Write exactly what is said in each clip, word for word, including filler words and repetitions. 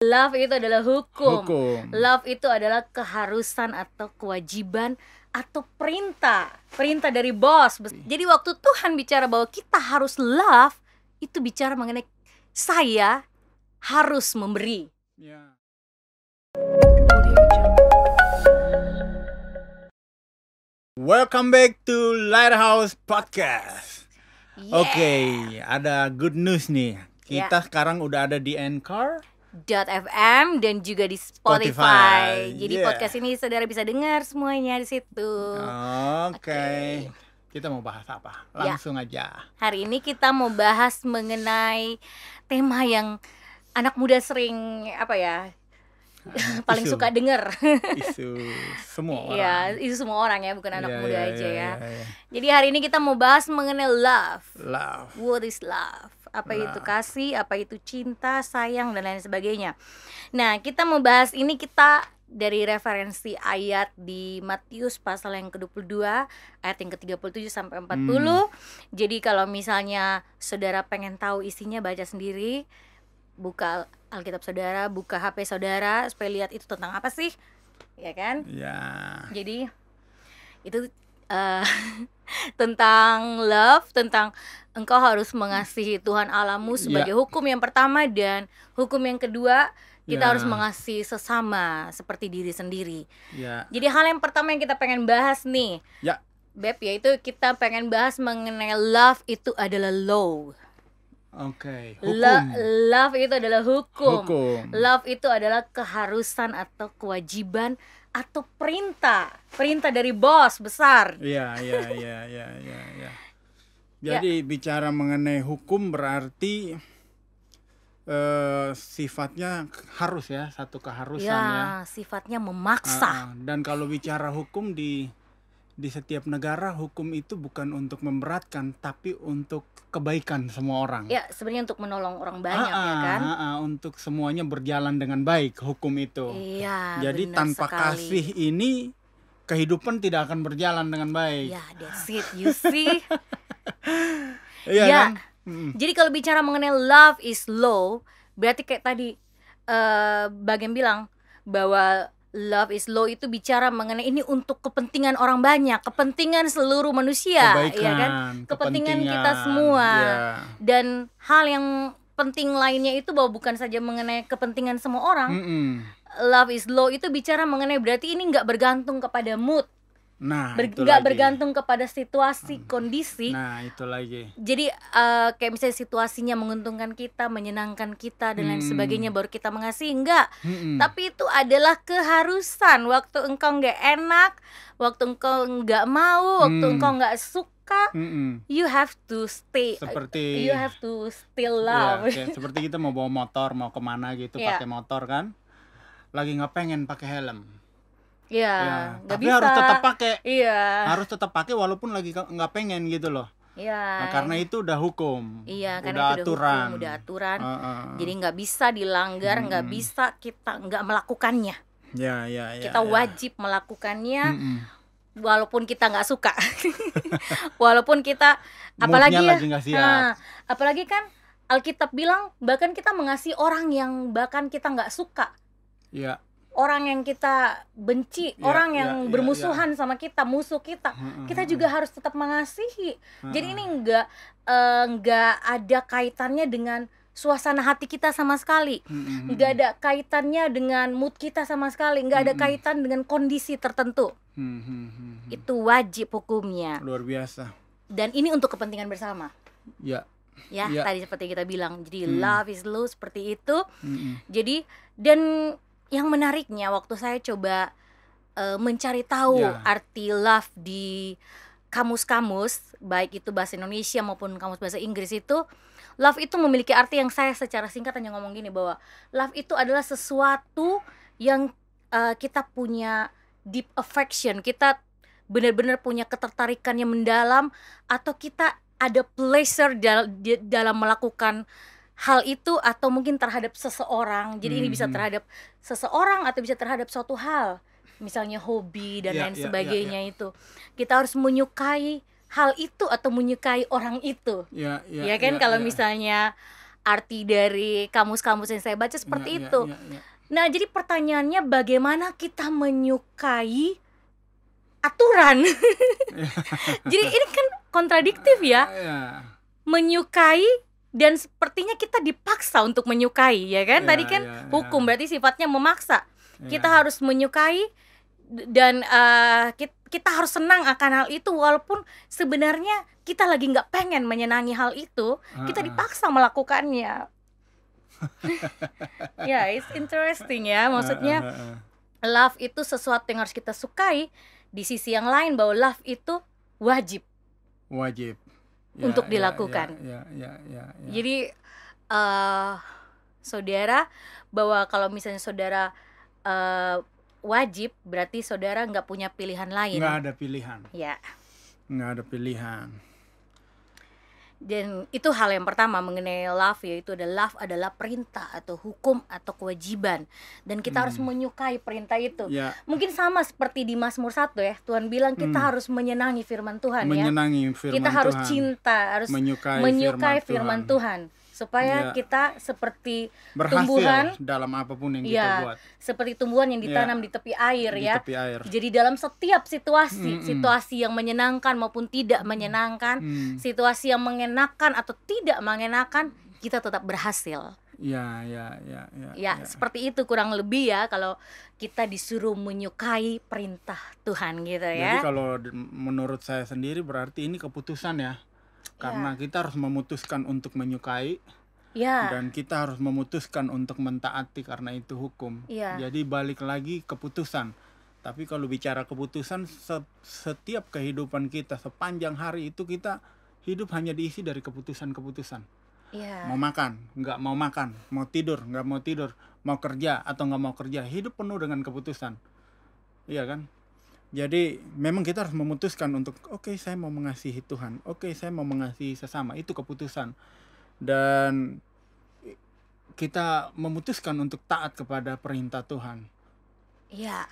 Love itu adalah hukum. Hukum. Love itu adalah keharusan atau kewajiban atau perintah. Perintah dari bos. Jadi waktu Tuhan bicara bahwa kita harus love, itu bicara mengenai saya harus memberi. Ya. Welcome back to Lighthouse Podcast. Yeah. Oke, ada good news nih. Kita Yeah. sekarang udah ada di Anchor .f m dan juga di Spotify. Spotify, Jadi yeah. podcast ini saudara bisa dengar semuanya di situ. Oke. Oke. Kita mau bahas apa? Ya. Langsung aja. Hari ini kita mau bahas mengenai tema yang anak muda sering apa ya? paling Isu. suka denger. Isu semua orang. Iya, itu semua orang ya, bukan anak Iya, muda iya, aja iya, ya. iya, iya. Jadi hari ini kita mau bahas mengenai love. Love. What is love? Apa Love. itu kasih, apa itu cinta, sayang, dan lain sebagainya. Nah, kita mau bahas ini kita dari referensi ayat di Matius pasal yang ke dua puluh dua, ayat yang ke tiga puluh tujuh sampai empat puluh. Hmm. Jadi kalau misalnya saudara pengen tahu isinya, baca sendiri. Buka Alkitab saudara, buka H P saudara supaya lihat itu tentang apa sih, ya kan? Ya. Jadi itu uh, tentang love, tentang engkau harus mengasihi Tuhan Allahmu sebagai Ya. hukum yang pertama, dan hukum yang kedua kita Ya. harus mengasihi sesama seperti diri sendiri. Ya. Jadi hal yang pertama yang kita pengen bahas nih, Ya. Beb, yaitu kita pengen bahas mengenai love itu adalah law. Oke. Hukum. Lo- love itu adalah hukum. Hukum. Love itu adalah keharusan atau kewajiban atau perintah. Perintah dari bos besar. Iya, iya, iya, iya, iya, iya. Jadi bicara mengenai hukum berarti eh, sifatnya harus ya, satu keharusan ya. Ya, sifatnya memaksa. Ah, ah. Dan kalau bicara hukum di di setiap negara, hukum itu bukan untuk memberatkan tapi untuk kebaikan semua orang. Ya, sebenarnya untuk menolong orang banyak Ah, ya kan. ah, ah, untuk semuanya berjalan dengan baik hukum itu. Iya, Jadi benar tanpa sekali. kasih ini kehidupan tidak akan berjalan dengan baik. Ya, that's it, you see. Iya Ya. kan? Mm. Jadi kalau bicara mengenai love is law, berarti kayak tadi eh bagian bilang bahwa love is law itu bicara mengenai ini untuk kepentingan orang banyak, kepentingan seluruh manusia, Kebaikan, ya kan? Kepentingan kita kepentingan, semua. ya. Dan hal yang penting lainnya itu bahwa bukan saja mengenai kepentingan semua orang. Mm-mm. Love is law itu bicara mengenai berarti ini nggak bergantung kepada mood, Nah, ber- itu nggak lagi. bergantung kepada situasi, kondisi. Nah, itu lagi. Jadi eh, kayak misalnya situasinya menguntungkan kita, menyenangkan kita dan lain Hmm. sebagainya baru kita mengasihi, enggak. Mm-mm. Tapi itu adalah keharusan. Waktu engkau nggak enak, waktu engkau nggak mau, waktu Hmm. engkau nggak suka, Mm-mm. you have to stay. Seperti You have to still ya, love. kayak seperti kita mau bawa motor, mau kemana gitu, Iya. pakai motor kan. Lagi nggak pengen pakai helm. Ya, Ya, nggak tapi bisa. harus tetap pakai. Iya. Harus tetap pakai walaupun lagi ke- nggak pengen gitu loh. Iya. Nah, karena itu udah hukum. Iya, karena udah itu udah aturan. hukum, udah aturan. Heeh. Jadi nggak bisa dilanggar, nggak Mm-mm. bisa kita nggak melakukannya. Ya, ya, ya. Kita ya. wajib melakukannya. Mm-mm. Walaupun kita nggak suka, walaupun kita, Moodnya apalagi ya, lagi nggak siap. nah, apalagi kan Alkitab bilang bahkan kita mengasihi orang yang bahkan kita nggak suka, Ya. orang yang kita benci, Ya, orang ya, yang ya, bermusuhan sama kita, musuh kita, Mm-mm. kita juga harus tetap mengasihi. Jadi Mm-mm. ini nggak eh, nggak ada kaitannya dengan suasana hati kita sama sekali. Mm-mm. Nggak ada kaitannya dengan mood kita sama sekali, nggak ada Mm-mm. kaitan dengan kondisi tertentu. Hmm, hmm, hmm, hmm. Itu wajib hukumnya. Luar biasa. Dan ini untuk kepentingan bersama. Ya. Ya, Ya. tadi seperti kita bilang. Jadi Hmm. love is law, seperti itu. Mm-mm. Jadi, dan yang menariknya waktu saya coba eh, mencari tahu Ya. arti love di kamus-kamus, baik itu bahasa Indonesia maupun kamus bahasa Inggris itu, love itu memiliki arti yang saya secara singkat hanya ngomong gini, bahwa love itu adalah sesuatu yang eh, kita punya deep affection, kita benar-benar punya ketertarikan yang mendalam, atau kita ada pleasure dal- di- dalam melakukan hal itu, atau mungkin terhadap seseorang. Jadi ini bisa Mhm. terhadap seseorang atau bisa terhadap suatu hal, misalnya hobi dan Ya, lain ya, sebagainya. Itu kita harus menyukai hal itu atau menyukai orang itu. Ya, Ya kan, kalau misalnya arti dari kamus-kamus yang saya baca seperti Ya, ya, itu. ya, ya. Nah, jadi pertanyaannya bagaimana kita menyukai aturan? Jadi ini kan kontradiktif ya, Ya, menyukai dan sepertinya kita dipaksa untuk menyukai, ya kan? ya, Tadi kan ya, ya. hukum berarti sifatnya memaksa. Kita Ya. harus menyukai d- dan eh, kit- kita harus senang akan hal itu walaupun sebenarnya kita lagi nggak pengen menyenangi hal itu, kita Ah, ah. dipaksa melakukannya. Ya, it's interesting ya. Maksudnya Ah, ah, ah, ah. love itu sesuatu yang harus kita sukai. Di sisi yang lain bahwa love itu wajib Wajib. Ya, untuk ya, dilakukan. Ya, ya, ya, ya. Jadi eh saudara, bahwa kalau misalnya saudara eh, wajib, berarti saudara nggak punya pilihan lain. Nggak ada pilihan. Ya, Nggak ada pilihan. dan itu hal yang pertama mengenai love, yaitu adalah love adalah perintah atau hukum atau kewajiban, dan kita harus Hmm. menyukai perintah itu. Ya, Mungkin sama seperti di Mazmur satu ya, Tuhan bilang kita Hmm. harus menyenangi firman Tuhan ya. menyenangi firman Kita harus Tuhan. cinta, harus menyukai, menyukai firman, firman Tuhan, supaya Ya. kita seperti Berhasil tumbuhan, dalam apapun yang kita ya, buat seperti tumbuhan yang Ya, ditanam di tepi air di ya. tepi air. Jadi dalam setiap situasi, Mm-mm. situasi yang menyenangkan maupun tidak menyenangkan, Hmm. situasi yang mengenakan atau tidak mengenakan, kita tetap berhasil. Ya, ya, ya, ya. Ya, seperti itu kurang lebih ya kalau kita disuruh menyukai perintah Tuhan gitu Jadi ya. kalau d- menurut saya sendiri berarti ini keputusan ya. Karena kita harus memutuskan untuk menyukai Ya, dan kita harus memutuskan untuk mentaati karena itu hukum. Iya. Jadi balik lagi keputusan. Tapi kalau bicara keputusan, se- setiap kehidupan kita sepanjang hari itu kita hidup hanya diisi dari keputusan-keputusan. ya, Mau makan, nggak mau makan, mau tidur, nggak mau tidur, mau kerja atau nggak mau kerja, hidup penuh dengan keputusan. Iya kan? Jadi memang kita harus memutuskan untuk oke saya mau mengasihi Tuhan, oke saya mau mengasihi sesama, itu keputusan. Dan kita memutuskan untuk taat kepada perintah Tuhan. ya,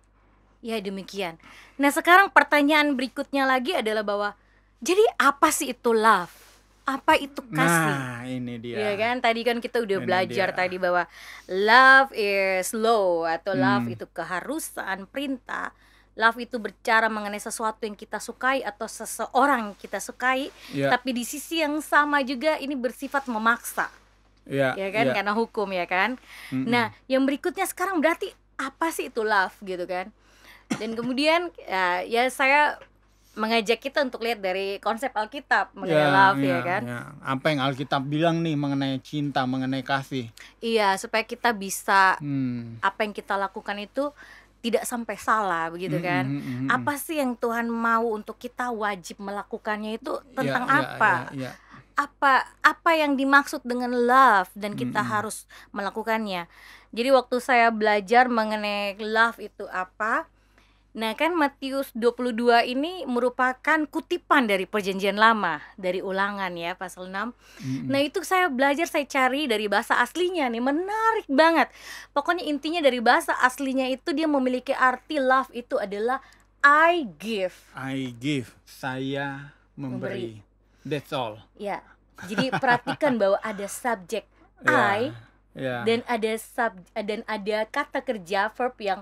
ya demikian. Nah sekarang pertanyaan berikutnya lagi adalah bahwa jadi apa sih itu love? Apa itu kasih? Nah ini dia. Iya kan, tadi kan kita udah Ini belajar dia. tadi bahwa love is law atau love Hmm. itu keharusan, perintah. Love itu berbicara mengenai sesuatu yang kita sukai atau seseorang yang kita sukai, Ya, tapi di sisi yang sama juga ini bersifat memaksa, ya, ya kan, ya. karena hukum ya kan. Mm-mm. Nah, yang berikutnya sekarang berarti apa sih itu love gitu kan? Dan kemudian ya, ya saya mengajak kita untuk lihat dari konsep Alkitab mengenai love ya, kan. ya. Apa yang Alkitab bilang nih mengenai cinta, mengenai kasih. Iya, supaya kita bisa Hmm. apa yang kita lakukan itu tidak sampai salah begitu Mm, kan. mm, mm, mm. Apa sih yang Tuhan mau untuk kita wajib melakukannya itu tentang Ya, ya, apa? ya, ya. Apa apa yang dimaksud dengan love dan kita Mm-mm. harus melakukannya. Jadi waktu saya belajar mengenai love itu apa, nah kan Matius dua puluh dua ini merupakan kutipan dari Perjanjian Lama, dari Ulangan ya pasal enam. Mm-mm. Nah itu saya belajar, saya cari dari bahasa aslinya nih, menarik banget. Pokoknya intinya dari bahasa aslinya itu dia memiliki arti love itu adalah I give. I give, saya memberi. That's all. Ya, jadi perhatikan bahwa ada subjek Ya, I ya. dan ada sub dan ada kata kerja verb yang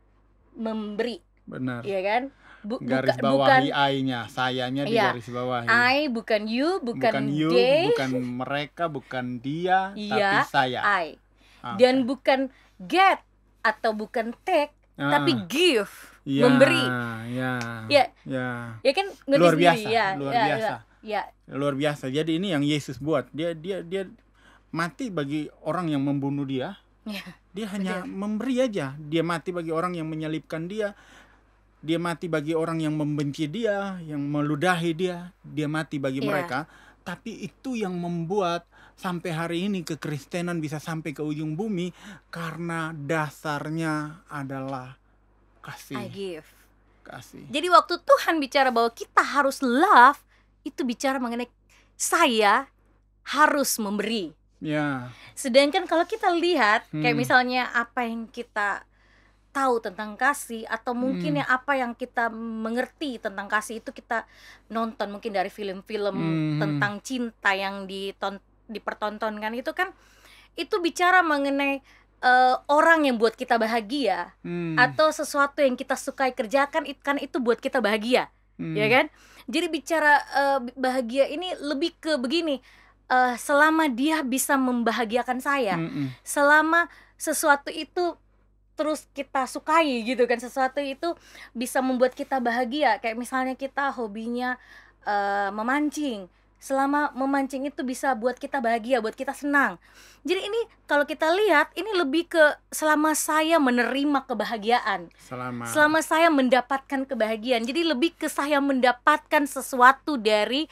memberi, Benar. ya kan? Bu- Garis buka- bawahi bukan I-nya, sayanya di Iya. garis bawahi. I, bukan you, bukan, bukan you, they, bukan mereka, bukan dia, Iya, tapi saya. I. Ah, Dan bukan get atau bukan take, ah, tapi give, ya, memberi. Ya, Ya. ya. Ya kan ngerti Luar sendiri, biasa, ya, luar ya, biasa. Ya, Luar biasa. Jadi ini yang Yesus buat. Dia dia dia mati bagi orang yang membunuh dia. ya, Dia hanya Betul. memberi aja. Dia mati bagi orang yang menyalibkan dia. Dia mati bagi orang yang membenci dia, yang meludahi dia. Dia mati bagi Iya. mereka. Tapi itu yang membuat sampai hari ini kekristenan bisa sampai ke ujung bumi karena dasarnya adalah I kasih, give. kasih. Jadi waktu Tuhan bicara bahwa kita harus love, itu bicara mengenai saya harus memberi. Ya, Sedangkan kalau kita lihat kayak Hmm. misalnya apa yang kita tahu tentang kasih atau mungkin Hmm. ya apa yang kita mengerti tentang kasih itu kita nonton mungkin dari film-film Hmm. tentang cinta yang diton dipertontonkan itu kan, itu bicara mengenai eh, orang yang buat kita bahagia, Hmm. atau sesuatu yang kita sukai kerjakan it- kan itu buat kita bahagia, Hmm. ya kan? Jadi bicara eh, bahagia ini lebih ke begini, eh, selama dia bisa membahagiakan saya, Mm-mm. selama sesuatu itu terus kita sukai gitu kan, sesuatu itu bisa membuat kita bahagia, kayak misalnya kita hobinya eh, memancing, selama memancing itu bisa buat kita bahagia, buat kita senang. Jadi ini kalau kita lihat ini lebih ke selama saya menerima kebahagiaan, Selama selama saya mendapatkan kebahagiaan. Jadi lebih ke saya mendapatkan sesuatu dari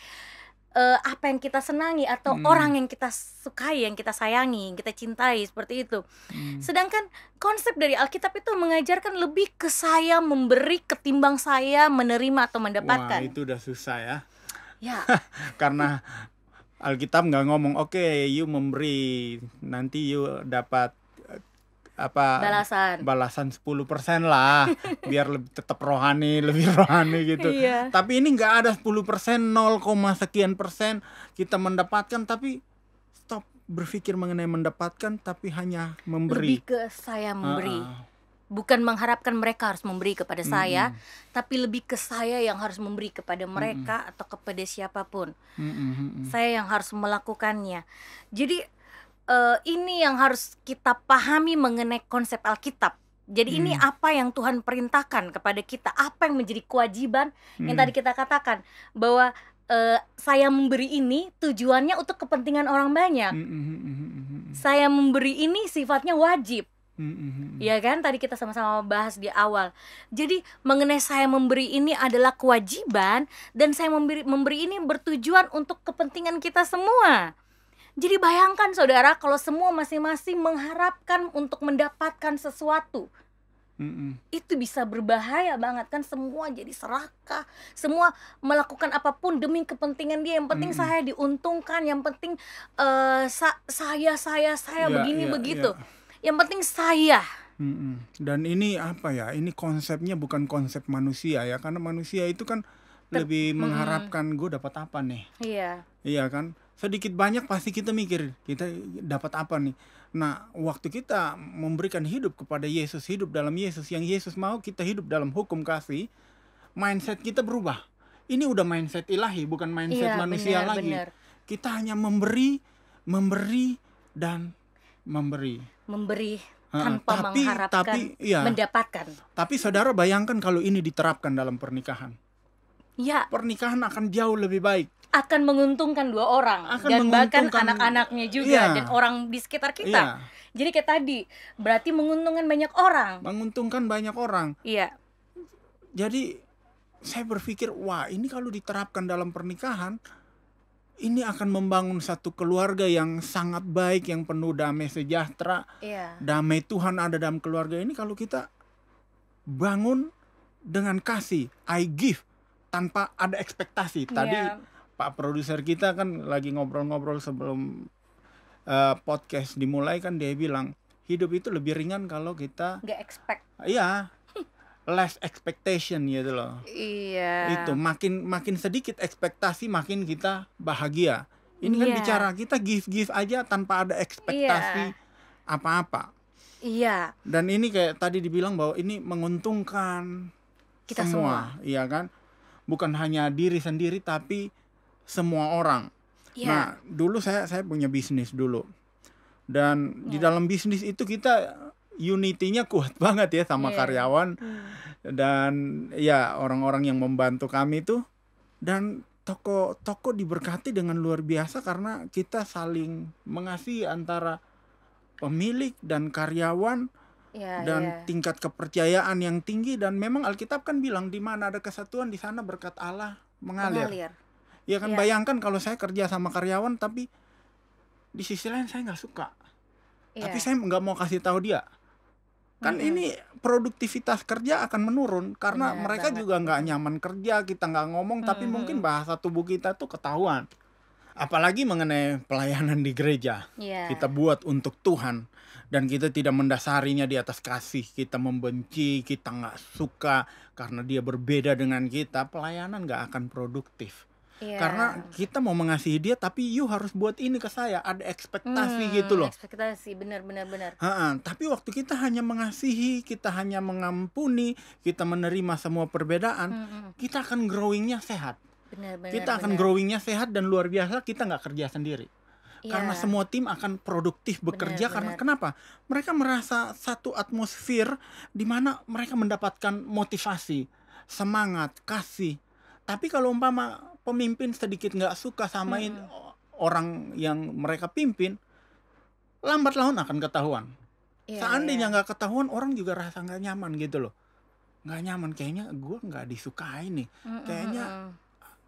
eh, apa yang kita senangi atau Hmm. orang yang kita sukai, yang kita sayangi, yang kita cintai, seperti itu. Hmm. Sedangkan konsep dari Alkitab itu mengajarkan lebih ke saya memberi ketimbang saya menerima atau Wah, mendapatkan. itu udah susah ya. Ya, Karena Alkitab nggak ngomong oke you memberi nanti you dapat eh, apa balasan. balasan sepuluh persen lah biar lebih tetap rohani, lebih rohani gitu. Iya. Tapi ini nggak ada sepuluh persen, nol, sekian persen kita mendapatkan, tapi stop berpikir mengenai mendapatkan tapi hanya memberi. Lebih ke saya memberi. Ah, ah. Bukan mengharapkan mereka harus memberi kepada saya, Mm-mm. tapi lebih ke saya yang harus memberi kepada mereka atau kepada siapapun. Mm-mm, mm-mm. Saya yang harus melakukannya. Jadi eh, ini yang harus kita pahami mengenai konsep Alkitab. Jadi ini Hmm. apa yang Tuhan perintahkan kepada kita, apa yang menjadi kewajiban yang Hmm. tadi kita katakan, bahwa eh, saya memberi ini tujuannya untuk kepentingan orang banyak. Mm-mm, mm-mm, mm-mm. Saya memberi ini sifatnya wajib. Mm-mm, mm-mm. Ya kan, tadi kita sama-sama bahas di awal. Jadi mengenai saya memberi ini adalah kewajiban, dan saya memberi memberi ini bertujuan untuk kepentingan kita semua. Jadi bayangkan saudara, kalau semua masing-masing mengharapkan untuk mendapatkan sesuatu, Mm-mm. itu bisa berbahaya banget kan. Semua jadi serakah, semua melakukan apapun demi kepentingan dia. Yang penting Mm-mm. saya diuntungkan, yang penting eh, sa- saya saya saya Ya, begini ya, begitu. ya. Yang penting saya. Mm-mm. Dan ini apa ya? Ini konsepnya bukan konsep manusia ya, karena manusia itu kan Ter- lebih Mm-mm. mengharapkan gue dapat apa nih, Iya. iya kan? Sedikit banyak pasti kita mikir kita dapat apa nih. Nah, waktu kita memberikan hidup kepada Yesus, hidup dalam Yesus, yang Yesus mau kita hidup dalam hukum kasih, mindset kita berubah. Ini udah mindset ilahi, bukan mindset Iya, manusia benar, lagi. benar. Kita hanya memberi, memberi dan memberi. Memberi Ha, tanpa tapi- mengharapkan tapi, iya. mendapatkan. Tapi saudara bayangkan kalau ini diterapkan dalam pernikahan. Ya, Pernikahan akan jauh lebih baik. akan menguntungkan dua orang Akan dan bahkan menguntungkan- anak-anaknya juga, Iya. dan orang di sekitar kita. Iya, Jadi kayak tadi, berarti menguntungkan banyak orang. menguntungkan banyak orang. Iya. Jadi saya berpikir, wah ini kalau diterapkan dalam pernikahan, ini akan membangun satu keluarga yang sangat baik, yang penuh damai sejahtera. Iya. Damai Tuhan ada dalam keluarga ini kalau kita bangun dengan kasih, I give, tanpa ada ekspektasi. Tadi Iya. Pak produser kita kan lagi ngobrol-ngobrol sebelum eh, podcast dimulai, kan dia bilang hidup itu lebih ringan kalau kita, Nggak expect. iya, less expectation gitu loh. Iya. Itu makin makin sedikit ekspektasi makin kita bahagia. Ini kan Iya. bicara kita give-give aja tanpa ada ekspektasi apa-apa. Iya. Dan ini kayak tadi dibilang bahwa ini menguntungkan Kita semua, iya kan? Bukan hanya diri sendiri tapi semua orang. Iya. Nah, dulu saya saya punya bisnis dulu. Dan di Ya. dalam bisnis itu kita unity-nya kuat banget ya sama Iya. karyawan Hmm. dan ya orang-orang yang membantu kami itu, dan toko-toko diberkati dengan luar biasa karena kita saling mengasihi antara pemilik dan karyawan, Iya, dan iya. tingkat kepercayaan yang tinggi. Dan memang Alkitab kan bilang di mana ada kesatuan di sana berkat Allah mengalir. Mengalir. Ya kan, Iya. bayangkan kalau saya kerja sama karyawan tapi di sisi lain saya nggak suka, Iya. tapi saya nggak mau kasih tahu dia. Kan Mm-mm. ini produktivitas kerja akan menurun karena Benar mereka banget. juga nggak nyaman kerja, kita nggak ngomong tapi Mm-mm. mungkin bahasa tubuh kita tuh ketahuan. Apalagi mengenai pelayanan di gereja. Iya. Kita buat untuk Tuhan dan kita tidak mendasarinya di atas kasih. Kita membenci, kita nggak suka karena dia berbeda dengan kita, pelayanan nggak akan produktif. Iya. Karena kita mau mengasihi dia, tapi you harus buat ini ke saya, ada ekspektasi gitu Hmm, loh. ekspektasi, benar benar benar. Ha-ha, tapi waktu kita hanya mengasihi, kita hanya mengampuni, kita menerima semua perbedaan, Hmm, kita akan growingnya sehat. benar benar. Kita akan benar. growingnya sehat dan luar biasa. Kita nggak kerja sendiri. Iya. Karena semua tim akan produktif bekerja. Benar, Karena benar. kenapa? Mereka merasa satu atmosfer di mana mereka mendapatkan motivasi, semangat, kasih. Tapi kalau umpama pemimpin sedikit nggak suka sama in- orang yang mereka pimpin, lambat laun akan ketahuan. Iya, Seandainya iya. nggak ketahuan, orang juga rasa nggak nyaman gitu loh. Nggak nyaman, kayaknya gue nggak disukai nih. Mm, mm, Kayaknya mm, mm.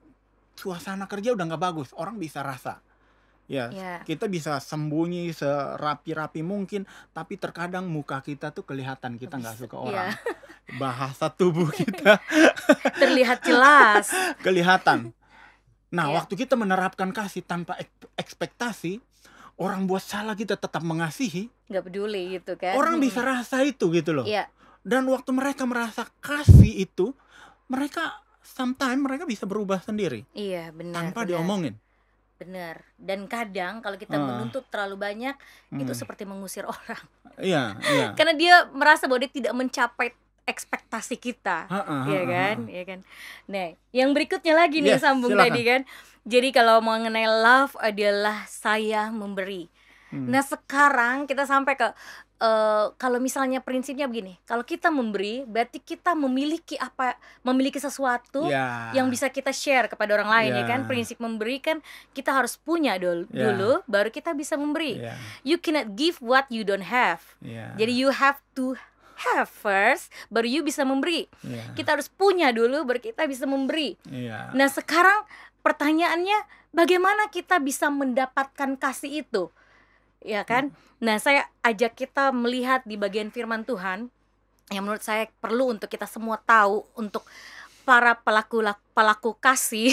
suasana kerja udah nggak bagus, orang bisa rasa. Ya, Iya. kita bisa sembunyi serapi-rapi mungkin, tapi terkadang muka kita tuh kelihatan kita nggak suka orang. Iya. Bahasa tubuh kita Terlihat jelas. kelihatan. Nah, Iya. waktu kita menerapkan kasih tanpa ek- ekspektasi, orang buat salah kita tetap mengasihi, Nggak peduli gitu kan. orang Mm, bisa rasa itu gitu loh. Iya. Dan waktu mereka merasa kasih itu, mereka sometimes mereka bisa berubah sendiri Iya, benar. tanpa benar. diomongin. Benar. Dan kadang kalau kita Ah. menuntut terlalu banyak, itu Hmm. seperti mengusir orang. Iya, iya. Karena dia merasa bahwa dia tidak mencapai ekspektasi kita. Ha-ha, Iya ha-ha, kan? ha. Iya kan? Nah, yang berikutnya lagi nih Yes, sambung silakan. tadi kan. Jadi kalau mengenai love adalah saya memberi. Hmm. Nah, sekarang kita sampai ke eh, kalau misalnya prinsipnya begini, kalau kita memberi berarti kita memiliki apa memiliki sesuatu Ya. yang bisa kita share kepada orang lain ya Ya. kan. Prinsip memberi kan kita harus punya dul- Ya. dulu baru kita bisa memberi. Ya, You cannot give what you don't have. ya, Jadi you have to have first baru you bisa memberi. ya, Kita harus punya dulu baru kita bisa memberi. ya. Nah, sekarang pertanyaannya bagaimana kita bisa mendapatkan kasih itu? Ya kan? Nah, saya ajak kita melihat di bagian firman Tuhan yang menurut saya perlu untuk kita semua tahu, untuk para pelaku pelaku kasih,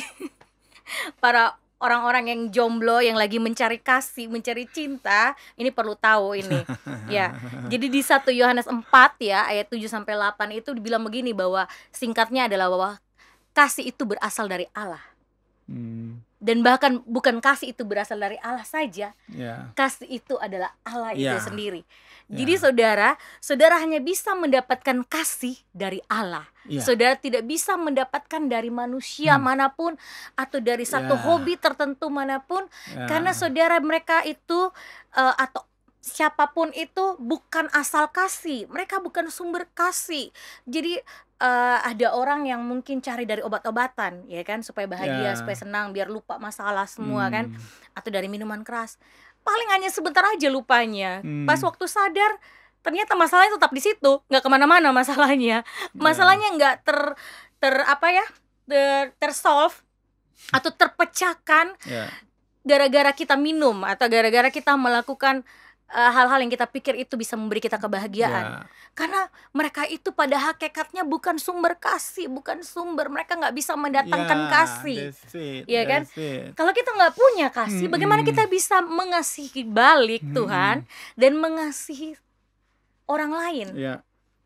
para orang-orang yang jomblo yang lagi mencari kasih, mencari cinta, ini perlu tahu ini. Ya. Jadi di satu Yohanes empat ya, ayat tujuh sampai delapan itu dibilang begini bahwa singkatnya adalah bahwa kasih itu berasal dari Allah. Hmm, Dan bahkan bukan kasih itu berasal dari Allah saja, ya, kasih itu adalah Allah itu Ya. sendiri. Ya. Jadi saudara, saudara hanya bisa mendapatkan kasih dari Allah. Ya. Saudara tidak bisa mendapatkan dari manusia Hmm. manapun atau dari satu Ya. hobi tertentu manapun, ya. karena saudara mereka itu eh, atau siapapun itu bukan asal kasih, mereka bukan sumber kasih. Jadi eh, ada orang yang mungkin cari dari obat-obatan, ya kan, supaya bahagia, Ya. supaya senang, biar lupa masalah semua kan, Hmm, atau dari minuman keras. Paling hanya sebentar aja lupanya. Hmm. Pas waktu sadar, ternyata masalahnya tetap di situ, nggak kemana-mana masalahnya. Masalahnya nggak ter ter apa ya, ter tersolve atau terpecahkan ya, gara-gara kita minum atau gara-gara kita melakukan uh, hal-hal yang kita pikir itu bisa memberi kita kebahagiaan. ya. Karena mereka itu pada hakikatnya bukan sumber kasih, bukan sumber, mereka nggak bisa mendatangkan Ya, kasih. that's it, Iya kan? that's it. Kalau kita nggak punya kasih, Mm-mm. bagaimana kita bisa mengasihi balik Mm-mm. Tuhan dan mengasihi orang lain? Ya,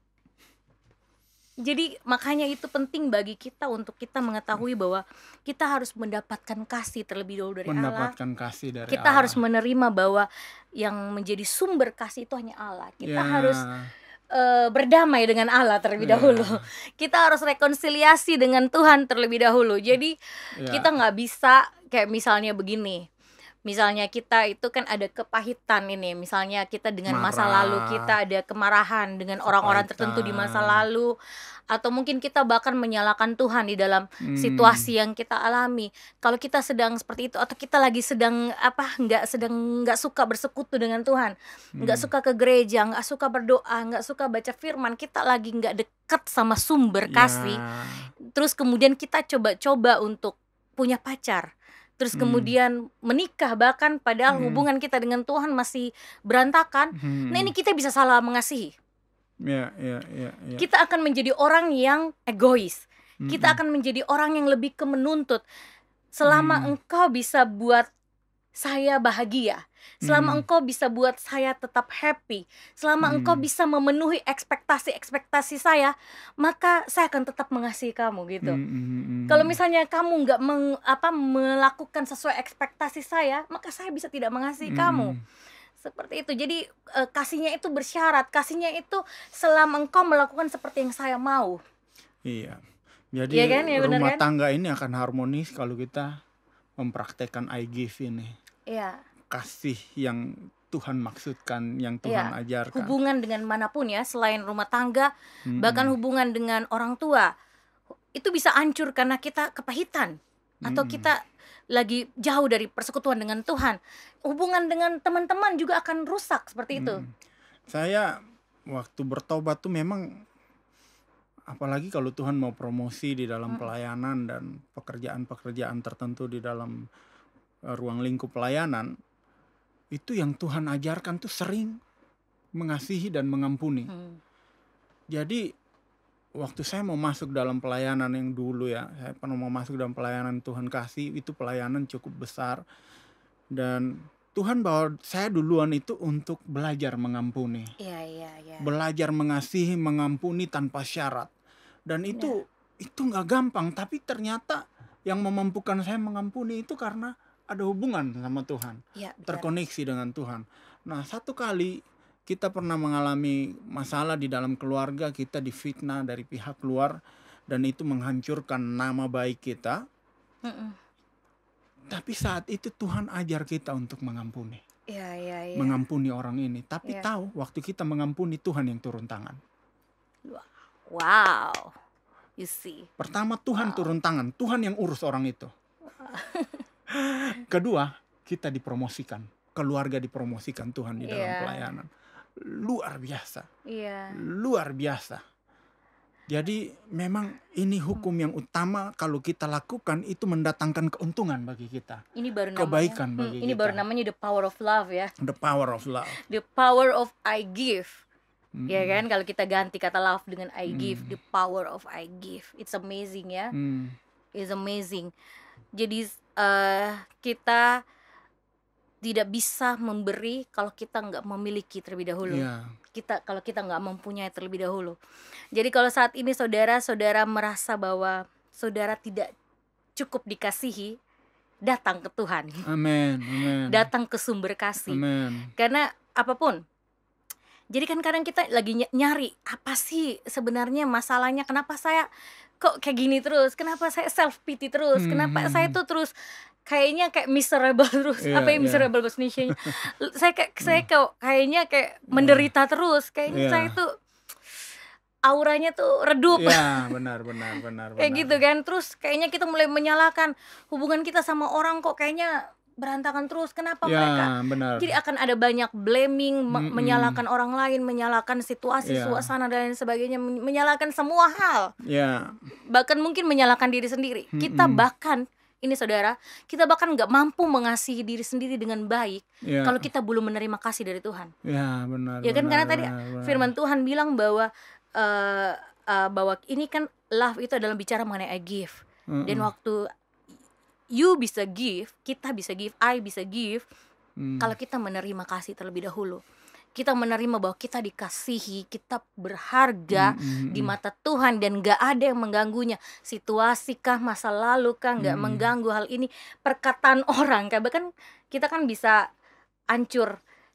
Jadi makanya itu penting bagi kita untuk kita mengetahui bahwa kita harus mendapatkan kasih terlebih dahulu dari Allah. mendapatkan kasih dari Kita Allah. harus menerima bahwa yang menjadi sumber kasih itu hanya Allah. Kita Ya, harus eh, berdamai dengan Allah terlebih Ya. dahulu. Kita harus rekonsiliasi dengan Tuhan terlebih dahulu. Jadi ya, kita nggak bisa kayak misalnya begini. Misalnya kita itu kan ada kepahitan ini. Misalnya kita dengan masa Marah. lalu kita ada kemarahan dengan orang-orang tertentu di masa Kepahitan. lalu, atau mungkin kita bahkan menyalahkan Tuhan di dalam Hmm. situasi yang kita alami. Kalau kita sedang seperti itu atau kita lagi sedang apa nggak sedang nggak suka bersekutu dengan Tuhan, nggak Hmm. suka ke gereja, nggak suka berdoa, nggak suka baca firman, kita lagi nggak dekat sama sumber kasih. Ya, Terus kemudian kita coba-coba untuk punya pacar, terus Hmm. kemudian menikah, bahkan padahal Hmm. hubungan kita dengan Tuhan masih berantakan. hmm. Nah, ini kita bisa salah mengasihi. Ya, ya, ya, ya. Kita akan menjadi orang yang egois. Kita Mm-mm. akan menjadi orang yang lebih ke menuntut. Selama Hmm. engkau bisa buat saya bahagia, selama Hmm. engkau bisa buat saya tetap happy, selama engkau Hmm. bisa memenuhi ekspektasi-ekspektasi saya, maka saya akan tetap mengasihi kamu gitu. Hmm, hmm, hmm, Kalau hmm. misalnya kamu nggak meng, apa, melakukan sesuai ekspektasi saya, maka saya bisa tidak mengasihi kamu. Hmm. Seperti itu. Jadi eh, kasihnya itu bersyarat, kasihnya itu selama engkau melakukan seperti yang saya mau. Iya. Iya Jadi kan? Ya benar rumah kan? tangga ini akan harmonis kalau kita mempraktekkan I give ini. Iya. Kasih yang Tuhan maksudkan, yang Tuhan Iya. ajarkan. Hubungan dengan manapun ya, selain rumah tangga, Hmm, bahkan hmm. hubungan dengan orang tua, itu bisa hancur karena kita kepahitan atau Hmm. kita lagi jauh dari persekutuan dengan Tuhan. Hubungan dengan teman-teman juga akan rusak seperti itu. Hmm. Saya waktu bertobat tuh memang, apalagi kalau Tuhan mau promosi di dalam Hmm. pelayanan dan pekerjaan-pekerjaan tertentu di dalam uh, ruang lingkup pelayanan, itu yang Tuhan ajarkan tuh sering mengasihi dan mengampuni. Hmm. Jadi waktu saya mau masuk dalam pelayanan yang dulu ya, saya pernah mau masuk dalam pelayanan Tuhan kasih, itu pelayanan cukup besar, dan Tuhan bawa saya duluan itu untuk belajar mengampuni, Iya, iya, iya. belajar mengasihi, mengampuni tanpa syarat. Dan itu itu nggak gampang, tapi ternyata yang memampukan saya mengampuni itu karena ada hubungan sama Tuhan, Iya, benar. terkoneksi dengan Tuhan. Nah, satu kali kita pernah mengalami masalah di dalam keluarga, kita difitnah dari pihak luar, dan itu menghancurkan nama baik kita. Mm-mm. Tapi saat itu Tuhan ajar kita untuk mengampuni, Iya, iya, iya. mengampuni orang ini. Tapi Iya. tahu, waktu kita mengampuni, Tuhan yang turun tangan. Wow. You see. Pertama, Tuhan Wow. turun tangan, Tuhan yang urus orang itu. Kedua, kita dipromosikan, keluarga dipromosikan Tuhan di dalam Iya. pelayanan. Luar biasa, Iya. luar biasa. Jadi memang ini hukum yang utama, kalau kita lakukan itu mendatangkan keuntungan bagi kita, Ini baru namanya. kebaikan Hmm, bagi ini kita. baru namanya the power of love ya. The power of love. The power of I give. Mm. Ya kan, kalau kita ganti kata love dengan I give, Hmm. the power of I give. It's amazing ya. Hmm. It's amazing. Jadi eh, kita tidak bisa memberi kalau kita nggak memiliki terlebih dahulu. Iya. Kita kalau kita nggak mempunyai terlebih dahulu. Jadi kalau saat ini saudara-saudara merasa bahwa saudara tidak cukup dikasihi, datang ke Tuhan. Amin, amin. Datang ke sumber kasih. Amin. Karena apapun. Jadi kan kadang kita lagi ny- nyari apa sih sebenarnya masalahnya, kenapa saya kok kayak gini terus, kenapa saya self pity terus, Hmm, kenapa hmm, saya hmm. tuh terus kayaknya kayak miserable terus. Iya, Apa ya iya. miserable bahasa Indonesianya? saya kayak saya kok kayaknya kayak menderita terus, kayaknya Iya. saya tuh auranya tuh redup. Iya, benar, benar, benar, Kayak benar. gitu kan. Terus kayaknya kita mulai menyalahkan hubungan kita sama orang, kok kayaknya berantakan terus, kenapa Ya, mereka. benar. Jadi akan ada banyak blaming, me- Mm-mm. menyalahkan orang lain, menyalahkan situasi, Iya. suasana dan lain sebagainya, men- menyalahkan semua hal. Ya, Bahkan mungkin menyalahkan diri sendiri. Kita Mm-mm. bahkan, ini saudara, kita bahkan nggak mampu mengasihi diri sendiri dengan baik ya, kalau kita belum menerima kasih dari Tuhan. ya, benar. Ya kan, benar, karena tadi benar, benar. firman Tuhan bilang bahwa eh, eh, bahwa ini kan love itu adalah bicara mengenai I give. Mm-mm. Dan waktu you bisa give, kita bisa give, I bisa give, Hmm. kalau kita menerima kasih terlebih dahulu. Kita menerima bahwa kita dikasihi, kita berharga Mm-mm. di mata Tuhan dan gak ada yang mengganggunya. Situasi kah, masa lalu kah, gak Mm-mm. mengganggu hal ini. Perkataan orang, kayak bahkan kita kan bisa hancur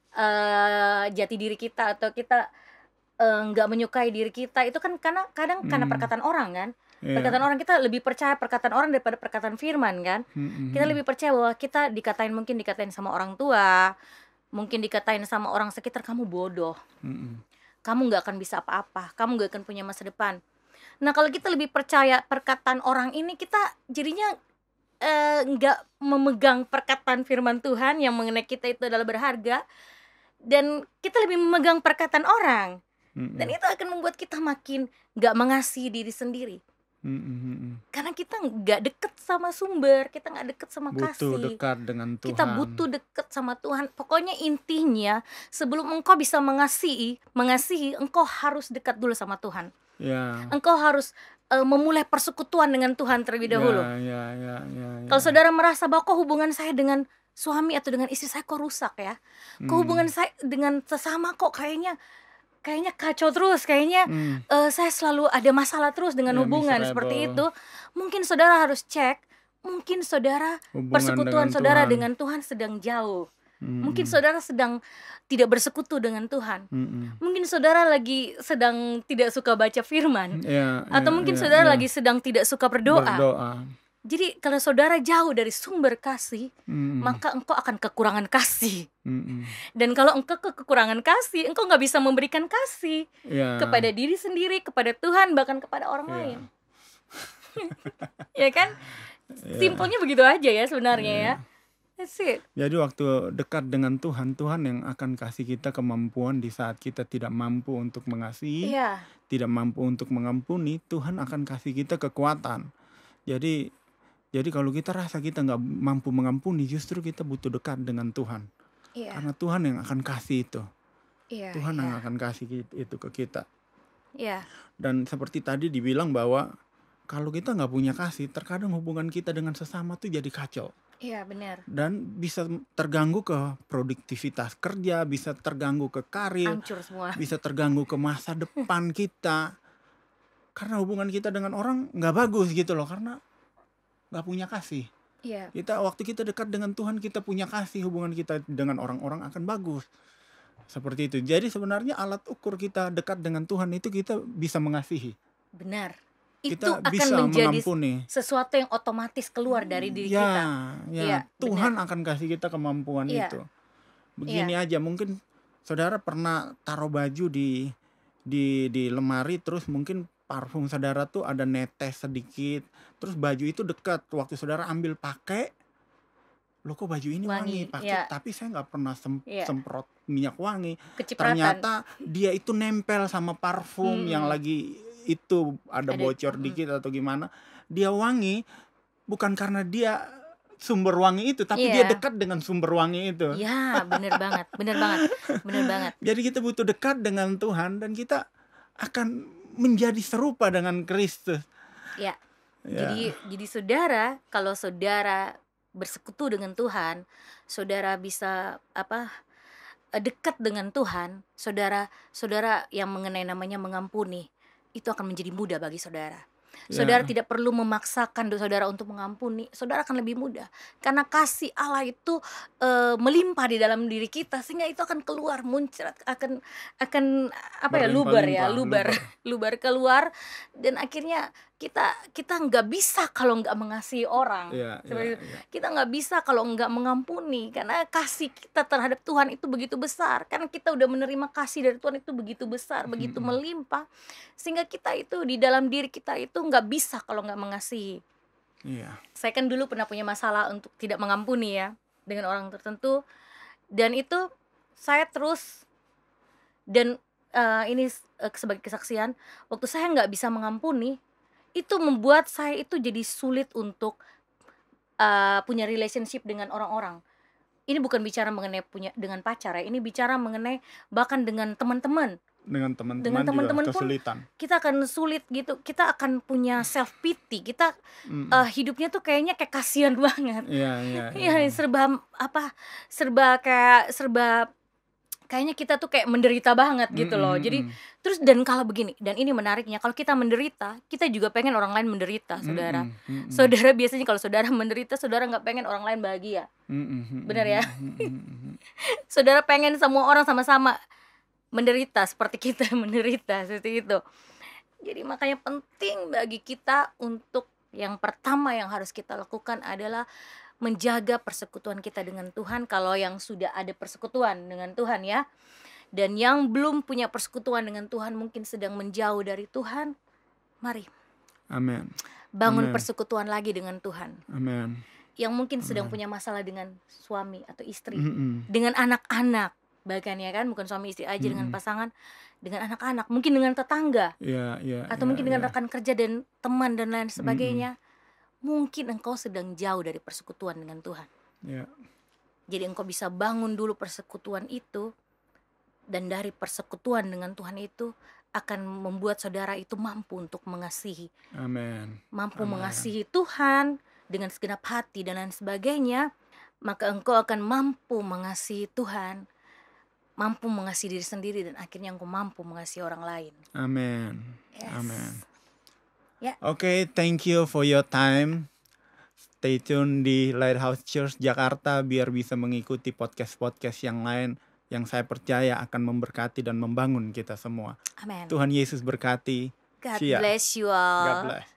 eh, jati diri kita, atau kita eh, nggak menyukai diri kita. Itu kan karena kadang karena Hmm. perkataan orang kan. Ya. Perkataan orang, kita lebih percaya perkataan orang daripada perkataan firman kan. Mm-mm. Kita lebih percaya bahwa kita dikatain, mungkin dikatain sama orang tua, mungkin dikatain sama orang sekitar, kamu bodoh, Mm-mm. kamu nggak akan bisa apa-apa, kamu nggak akan punya masa depan. Nah kalau kita lebih percaya perkataan orang ini, kita jadinya eh, nggak memegang perkataan firman Tuhan yang mengenai kita itu adalah berharga, dan kita lebih memegang perkataan orang, Mm-mm. dan itu akan membuat kita makin nggak mengasihi diri sendiri. Mm-mm. Karena kita nggak deket sama sumber, kita nggak deket sama Butuh kasih. dekat dengan Tuhan. Kita butuh deket sama Tuhan. Pokoknya intinya, sebelum engkau bisa mengasihi, mengasihi, engkau harus dekat dulu sama Tuhan. Ya. Engkau harus eh, memulai persekutuan dengan Tuhan terlebih dahulu. Ya, ya, ya, ya, ya. Kalau saudara merasa bahwa kok hubungan saya dengan suami atau dengan istri saya kok rusak ya, kok Hmm. hubungan saya dengan sesama kok kayaknya kayaknya kacau terus, kayaknya Hmm. eh, saya selalu ada masalah terus dengan Ya, hubungan miserable. seperti itu. Mungkin saudara harus cek, mungkin saudara Hubungan persekutuan dengan saudara Tuhan. dengan Tuhan sedang jauh. Mm-mm. Mungkin saudara sedang tidak bersekutu dengan Tuhan. Mm-mm. Mungkin saudara lagi sedang tidak suka baca firman, Ya, atau ya, mungkin ya, saudara ya. lagi sedang tidak suka berdoa. Berdoa. Jadi kalau saudara jauh dari sumber kasih, Mm-mm. maka engkau akan kekurangan kasih. Mm-mm. Dan kalau engkau ke kekurangan kasih, engkau nggak bisa memberikan kasih Ya. kepada diri sendiri, kepada Tuhan, bahkan kepada orang Ya. lain. Ya kan? Ya. Simpelnya begitu aja ya sebenarnya ya. That's it. Jadi waktu dekat dengan Tuhan, Tuhan yang akan kasih kita kemampuan di saat kita tidak mampu untuk mengasihi, Iya. tidak mampu untuk mengampuni, Tuhan akan kasih kita kekuatan. Jadi jadi kalau kita rasa kita nggak mampu mengampuni, justru kita butuh dekat dengan Tuhan. Iya. Karena Tuhan yang akan kasih itu. Iya. Tuhan iya. yang akan kasih itu ke kita. Iya. Dan seperti tadi dibilang bahwa kalau kita nggak punya kasih, terkadang hubungan kita dengan sesama tuh jadi kacau. Iya, benar. Dan bisa terganggu ke produktivitas kerja, bisa terganggu ke karir, Hancur semua. bisa terganggu ke masa depan kita. Karena hubungan kita dengan orang nggak bagus gitu loh, karena nggak punya kasih. Iya. Kita waktu kita dekat dengan Tuhan, kita punya kasih, hubungan kita dengan orang-orang akan bagus. Seperti itu. Jadi sebenarnya alat ukur kita dekat dengan Tuhan itu kita bisa mengasihi. Benar. Kita Itu akan bisa menjadi mengampuni. sesuatu yang otomatis keluar dari diri ya, kita. Ya, Iya, Tuhan akan kasih kita kemampuan Iya. itu. Begini aja, mungkin saudara pernah taruh baju di di di lemari, terus mungkin parfum saudara tuh ada netes sedikit, terus baju itu dekat, waktu saudara ambil pakai, loh kok baju ini wangi, Wangi, pakai, iya. tapi saya nggak pernah sem- Iya. semprot minyak wangi. Kecipratan. Ternyata dia itu nempel sama parfum Mm-mm. yang lagi itu ada, Ada- bocor mm-mm. dikit atau gimana. Dia wangi bukan karena dia sumber wangi itu, tapi Iya. dia dekat dengan sumber wangi itu. Ya, bener banget, bener banget, bener banget. Jadi kita butuh dekat dengan Tuhan dan kita akan menjadi serupa dengan Kristus. Ya. Ya. Jadi, jadi saudara, kalau saudara bersekutu dengan Tuhan, saudara bisa apa eh, dekat dengan Tuhan, saudara, saudara yang mengenai namanya mengampuni, itu akan menjadi mudah bagi saudara. Saudara Ya. tidak perlu memaksakan saudara untuk mengampuni, saudara akan lebih mudah. Karena kasih Allah itu eh, melimpah di dalam diri kita, sehingga itu akan keluar, muncrat, akan akan apa ya, luber ya, Berlimpah-limpah, luber, luber. luber keluar, dan akhirnya kita kita nggak bisa kalau nggak mengasihi orang. Ya, Seperti ya, itu. ya. Kita nggak bisa kalau nggak mengampuni, karena kasih kita terhadap Tuhan itu begitu besar. Karena kita udah menerima kasih dari Tuhan itu begitu besar, begitu Mm-mm. melimpah, sehingga kita itu di dalam diri kita itu nggak bisa kalau nggak mengasihi. Iya. Saya kan dulu pernah punya masalah untuk tidak mengampuni ya dengan orang tertentu, dan itu saya terus, dan eh, ini eh, sebagai kesaksian, waktu saya nggak bisa mengampuni, itu membuat saya itu jadi sulit untuk eh, punya relationship dengan orang-orang. Ini bukan bicara mengenai punya dengan pacar ya, ini bicara mengenai bahkan dengan teman-teman. Dengan teman-teman Dengan juga teman-teman pun kesulitan. kita akan sulit gitu, kita akan punya self pity, kita Mm. eh, hidupnya tuh kayaknya kayak kasihan banget. Iya, iya, Iya, iya. serba apa, serba kayak serba kayaknya kita tuh kayak menderita banget gitu loh. Mm-mm, Jadi mm-mm. terus, dan kalau begini, dan ini menariknya, kalau kita menderita, kita juga pengen orang lain menderita, saudara. Mm-mm, mm-mm. Saudara biasanya kalau saudara menderita, saudara nggak pengen orang lain bahagia. Mm-mm, Benar ya? mm-mm, mm-mm. Saudara pengen semua orang sama-sama menderita seperti kita menderita, seperti itu. Jadi makanya penting bagi kita untuk yang pertama yang harus kita lakukan adalah menjaga persekutuan kita dengan Tuhan. Kalau yang sudah ada persekutuan dengan Tuhan ya, dan yang belum punya persekutuan dengan Tuhan, mungkin sedang menjauh dari Tuhan, mari Amin. bangun Amin. persekutuan lagi dengan Tuhan. Amin. Yang mungkin sedang Amin. punya masalah dengan suami atau istri, Mm-mm. dengan anak-anak, bahkan ya kan, bukan suami istri aja, dengan Mm-mm. pasangan, dengan anak-anak, mungkin dengan tetangga, Iya, iya, atau iya, mungkin dengan iya. rekan kerja dan teman dan lain sebagainya. Mungkin engkau sedang jauh dari persekutuan dengan Tuhan. Iya. Jadi engkau bisa bangun dulu persekutuan itu, dan dari persekutuan dengan Tuhan itu akan membuat saudara itu mampu untuk mengasihi, Amin. mampu Amin. mengasihi Tuhan dengan segenap hati dan lain sebagainya. maka engkau akan mampu mengasihi Tuhan, mampu mengasihi diri sendiri, dan akhirnya engkau mampu mengasihi orang lain. Amen. Yes. Amen. Ya. Oke, thank you for your time. Stay tune di Lighthouse Church Jakarta biar bisa mengikuti podcast-podcast yang lain yang saya percaya akan memberkati dan membangun kita semua. Amen. Tuhan Yesus berkati. God See ya. bless you all. God bless.